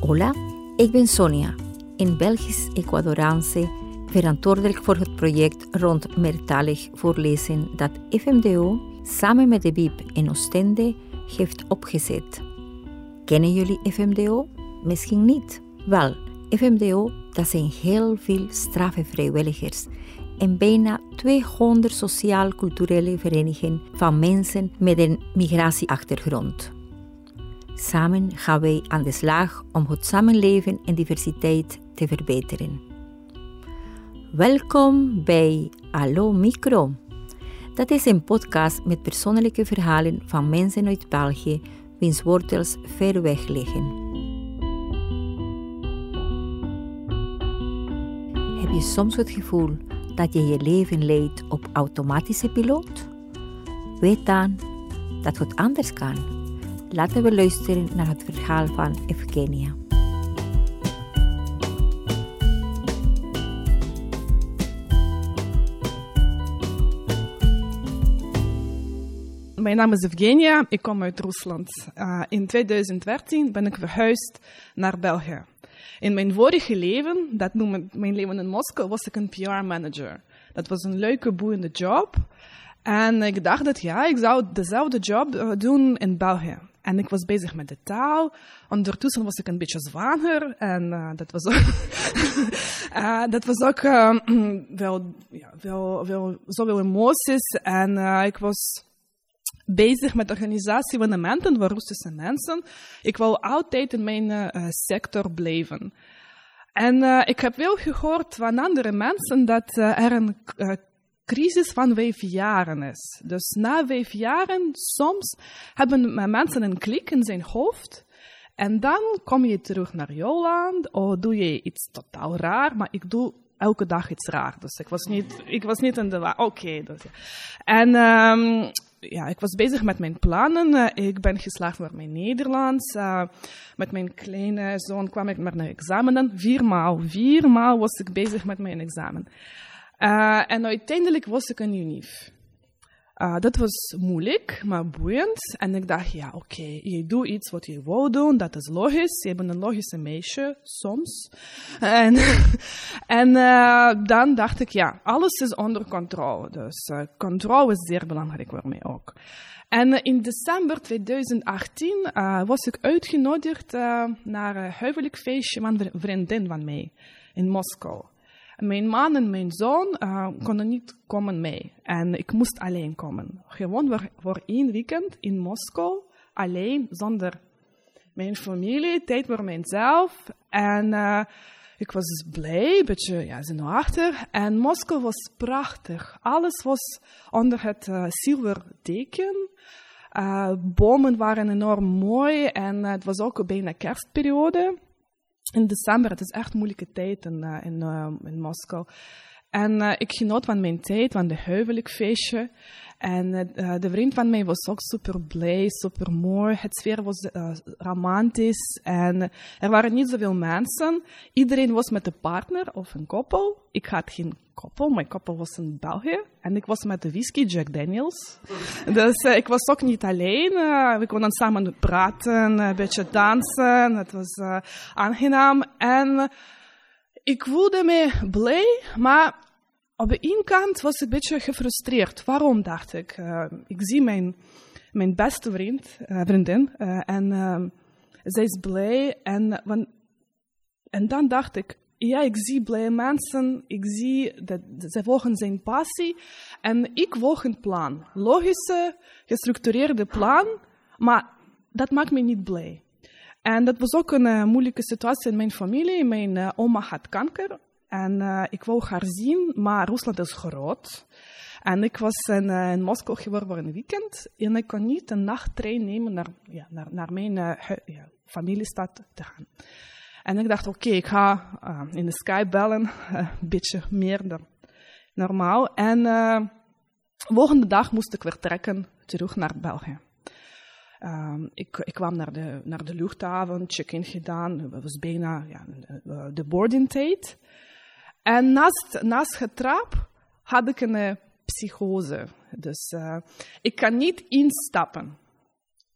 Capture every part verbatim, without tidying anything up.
Hola, ik ben Sonia, een Belgisch-Ecuadoraanse, verantwoordelijk voor het project rond meertalig voorlezen dat F M D O samen met de B I B in Oostende heeft opgezet. Kennen jullie F M D O? Misschien niet. Wel, F M D O, dat zijn heel veel straffe vrijwilligers en bijna tweehonderd sociaal-culturele verenigingen van mensen met een migratieachtergrond. Samen gaan wij aan de slag om het samenleven en diversiteit te verbeteren. Welkom bij Allo Micro. Dat is een podcast met persoonlijke verhalen van mensen uit België, wiens wortels ver weg liggen. Heb je soms het gevoel dat je je leven leidt op automatische piloot? Weet dan dat het anders kan. Laten we luisteren naar het verhaal van Evgenia. Mijn naam is Evgenia, ik kom uit Rusland. Uh, in tweeduizend dertien ben ik verhuisd naar België. In mijn vorige leven, dat noem ik mijn leven in Moskou, was ik een P R-manager. Dat was een leuke, boeiende job. En ik dacht dat ja, ik zou dezelfde job uh, doen in België. En ik was bezig met de taal. Ondertussen was ik een beetje zwanger. En uh, dat was ook, uh, dat was ook uh, wel, ja, wel, wel zoveel emoties. En uh, ik was bezig met de organisatie van evenementen voor Russische mensen. Ik wou altijd in mijn uh, sector blijven. En uh, ik heb wel gehoord van andere mensen dat uh, er een uh, crisis van vijf jaren is. Dus na vijf jaren, soms hebben mensen een klik in zijn hoofd. En dan kom je terug naar jouw land, of doe je iets totaal raar, maar ik doe elke dag iets raar. Dus ik was niet, ik was niet in de wa- Oké. Okay, dus, ja. En um, ja, ik was bezig met mijn plannen. Uh, ik ben geslaagd naar mijn Nederlands. Uh, met mijn kleine zoon kwam ik naar mijn examenen. Viermaal, viermaal was ik bezig met mijn examen. Uh, en uiteindelijk was ik een unief. Uh, dat was moeilijk, maar boeiend. En ik dacht, ja, oké, okay, je doet iets wat je wou doen, dat is logisch. Je bent een logische meisje, soms. En, en uh, dan dacht ik, ja, alles is onder controle. Dus uh, controle is zeer belangrijk voor mij ook. En uh, in december tweeduizend achttien uh, was ik uitgenodigd uh, naar een huwelijk feestje van een vriendin van mij in Moskou. Mijn man en mijn zoon uh, konden niet komen mee. En ik moest alleen komen. Gewoon voor, voor één weekend in Moskou. Alleen, zonder mijn familie, tijd voor mijzelf. En uh, ik was blij, een beetje ja, zenuwachtig. En Moskou was prachtig. Alles was onder het uh, zilverdeken. Uh, bomen waren enorm mooi. En uh, het was ook bijna kerstperiode. In december, het is echt een moeilijke tijd in, uh, in, uh, in Moskou. En uh, ik genoot van mijn tijd, van de huwelijksfeestje. En uh, de vriend van mij was ook super blij, super mooi. Het sfeer was uh, romantisch. En uh, er waren niet zoveel mensen. Iedereen was met een partner of een koppel. Ik had geen koppel, mijn koppel was in België. En ik was met de whisky Jack Daniels. Dus uh, ik was ook niet alleen. Uh, we konden samen praten, een beetje dansen. Het was uh, aangenaam. En uh, ik voelde me blij, maar op de ene kant was ik een beetje gefrustreerd. Waarom, dacht ik? Uh, ik zie mijn, mijn beste vriend, uh, vriendin, uh, en uh, zij is blij. En, want, en dan dacht ik, ja, ik zie blije mensen, ik zie dat, dat zij volgen zijn passie. En ik volg een plan. Logische, gestructureerde plan, maar dat maakt me niet blij. En dat was ook een uh, moeilijke situatie in mijn familie. Mijn uh, oma had kanker. En uh, ik wou haar zien, maar Rusland is groot. En ik was in, uh, in Moskou geworden voor een weekend. En ik kon niet een nachttrein nemen naar, ja, naar, naar mijn uh, ja, familiestad te gaan. En ik dacht, oké, okay, ik ga uh, in de Sky bellen. Uh, een beetje meer dan normaal. En uh, volgende dag moest ik weer trekken terug naar België. Um, ik, ik kwam naar de, naar de luchthaven, check-in gedaan. Het was bijna ja, de boardingtijd. En naast, naast het trap had ik een uh, psychose. Dus uh, ik kan niet instappen.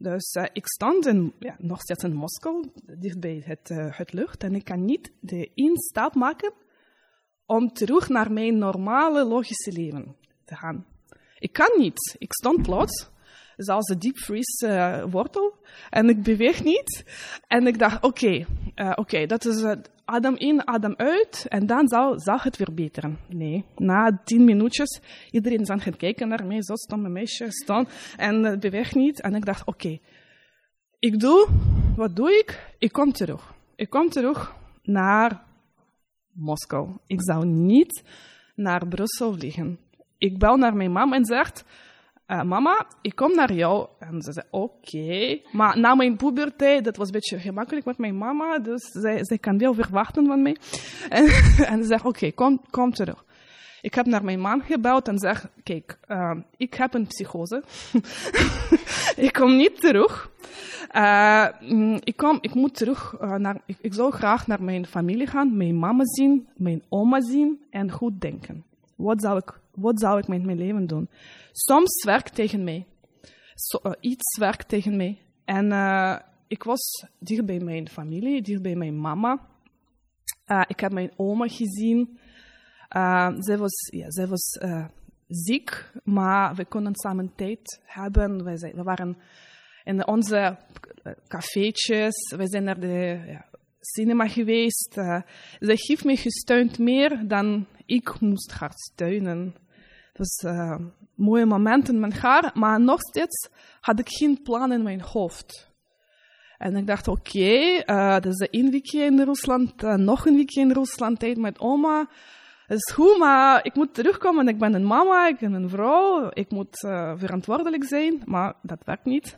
Dus uh, ik stond in, ja, nog steeds in Moskou, dichtbij het, uh, het lucht. En ik kan niet de instap maken om terug naar mijn normale, logische leven te gaan. Ik kan niet. Ik stond plots, zoals een deep freeze uh, wortel. En ik beweeg niet. En ik dacht, oké, okay, uh, okay, dat is uh, adem in, adem uit. En dan zou, zou het weer beteren. Nee, na tien minuutjes, iedereen is aan het kijken naar mij. Zo stond mijn meisje, stond en uh, beweeg niet. En ik dacht, oké, okay, ik doe, wat doe ik? Ik kom terug. Ik kom terug naar Moskou. Ik zou niet naar Brussel vliegen. Ik bel naar mijn mama en zeg, uh, mama, ik kom naar jou. En ze zei, oké. Okay. Maar na mijn puberteit, dat was een beetje gemakkelijk met mijn mama, dus zij, zij kan veel verwachten van mij. En, en ze zegt, oké, okay, kom, kom terug. Ik heb naar mijn man gebeld en zeg, kijk, uh, ik heb een psychose. Ik kom niet terug. Uh, ik, kom, ik moet terug uh, naar, ik, ik zou graag naar mijn familie gaan, mijn mama zien, mijn oma zien en goed denken. Wat zou ik, wat zou ik met mijn leven doen? Soms werkt tegen mij. So, uh, iets werkt tegen mij. En uh, ik was dicht bij mijn familie, dicht bij mijn mama. Uh, ik heb mijn oma gezien. Uh, zij was, ja, zij was uh, ziek, maar we konden samen tijd hebben. We, zijn, we waren in onze cafeetjes, we zijn naar de ja, cinema geweest. Uh, zij heeft mij gesteund meer dan ik moest haar steunen. Dus uh, mooie momenten met haar, maar nog steeds had ik geen plan in mijn hoofd. En ik dacht, oké, okay, uh, dat is een weekje in Rusland, uh, nog een weekje in Rusland, tijd met oma. Dat is goed, maar ik moet terugkomen. Ik ben een mama, ik ben een vrouw, ik moet uh, verantwoordelijk zijn, maar dat werkt niet.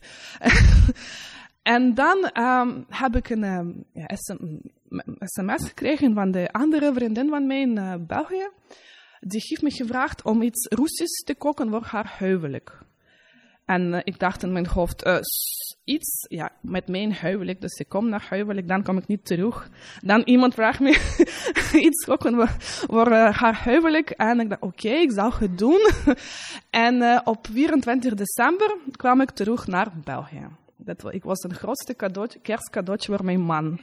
En dan um, heb ik een um, ja, sms gekregen van de andere vriendin van mij in uh, België. Die heeft me gevraagd om iets Russisch te koken voor haar huwelijk. En uh, ik dacht in mijn hoofd, uh, iets ja, met mijn huwelijk, dus ik kom naar huwelijk, dan kom ik niet terug. Dan iemand vraagt me iets koken voor, voor uh, haar huwelijk. En ik dacht, oké, okay, ik zou het doen. En uh, op vierentwintig december kwam ik terug naar België. Dat, ik was een grootste cadeautje, kerstcadeautje voor mijn man.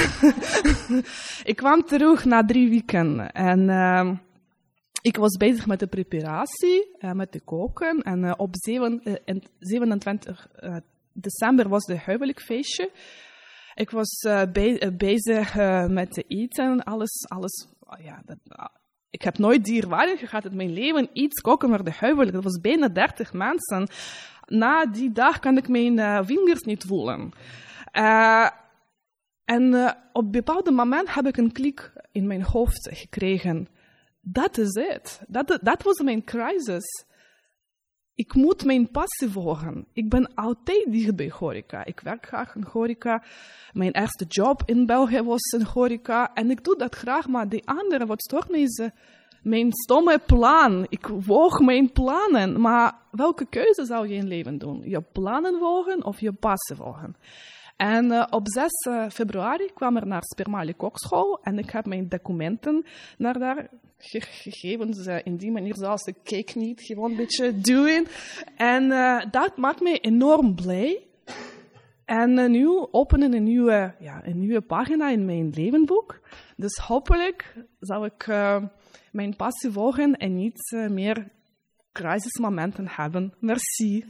Ik kwam terug na drie weken en uh, ik was bezig met de preparatie, uh, met de koken. En uh, op zeven, uh, zevenentwintig uh, december was de huwelijkfeestje. Ik was uh, be- uh, bezig uh, met te eten, alles, alles. Uh, ja, dat, uh, ik heb nooit dierwaardig gehad in mijn leven, iets koken voor de huwelijk. Dat was bijna dertig mensen. Na die dag kan ik mijn uh, vingers niet voelen. Uh, en uh, op een bepaald moment heb ik een klik in mijn hoofd gekregen. Dat is het. Dat, dat was mijn crisis. Ik moet mijn passie volgen. Ik ben altijd dicht bij horeca. Ik werk graag in horeca. Mijn eerste job in België was in horeca. En ik doe dat graag, maar die andere, wat stoort me is mijn stomme plan. Ik volg mijn plannen. Maar welke keuze zou je in leven doen? Je plannen volgen of je passie volgen? En uh, op zes februari kwam er naar Spermali Kokschool en ik heb mijn documenten naar daar ge- gegeven. Dus, uh, in die manier zoals ik keek niet, gewoon een beetje doen. En uh, dat maakt mij enorm blij. En uh, nu openen een nieuwe, ja, een nieuwe pagina in mijn levenboek. Dus hopelijk zal ik uh, mijn passie volgen en niet uh, meer crisismomenten hebben. Merci.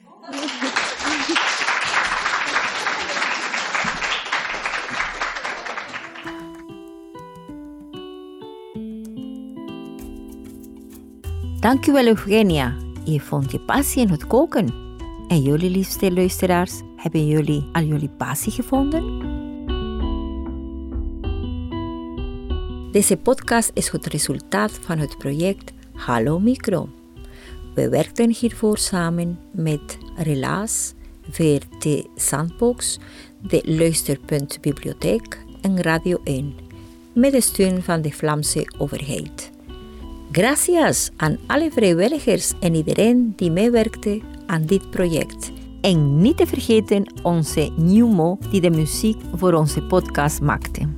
Dankjewel Eugenia. Je vond je passie in het koken. En jullie liefste luisteraars, hebben jullie al jullie passie gevonden? Deze podcast is het resultaat van het project Hallo Micro. We werkten hiervoor samen met Relaas, V R T Sandbox, de Luisterpunt Bibliotheek en Radio één, met de steun van de Vlaamse overheid. Gracias aan alle vrijwilligers en iedereen die meewerkte aan dit project. En niet te vergeten onze Newmo die de muziek voor onze podcast maakte.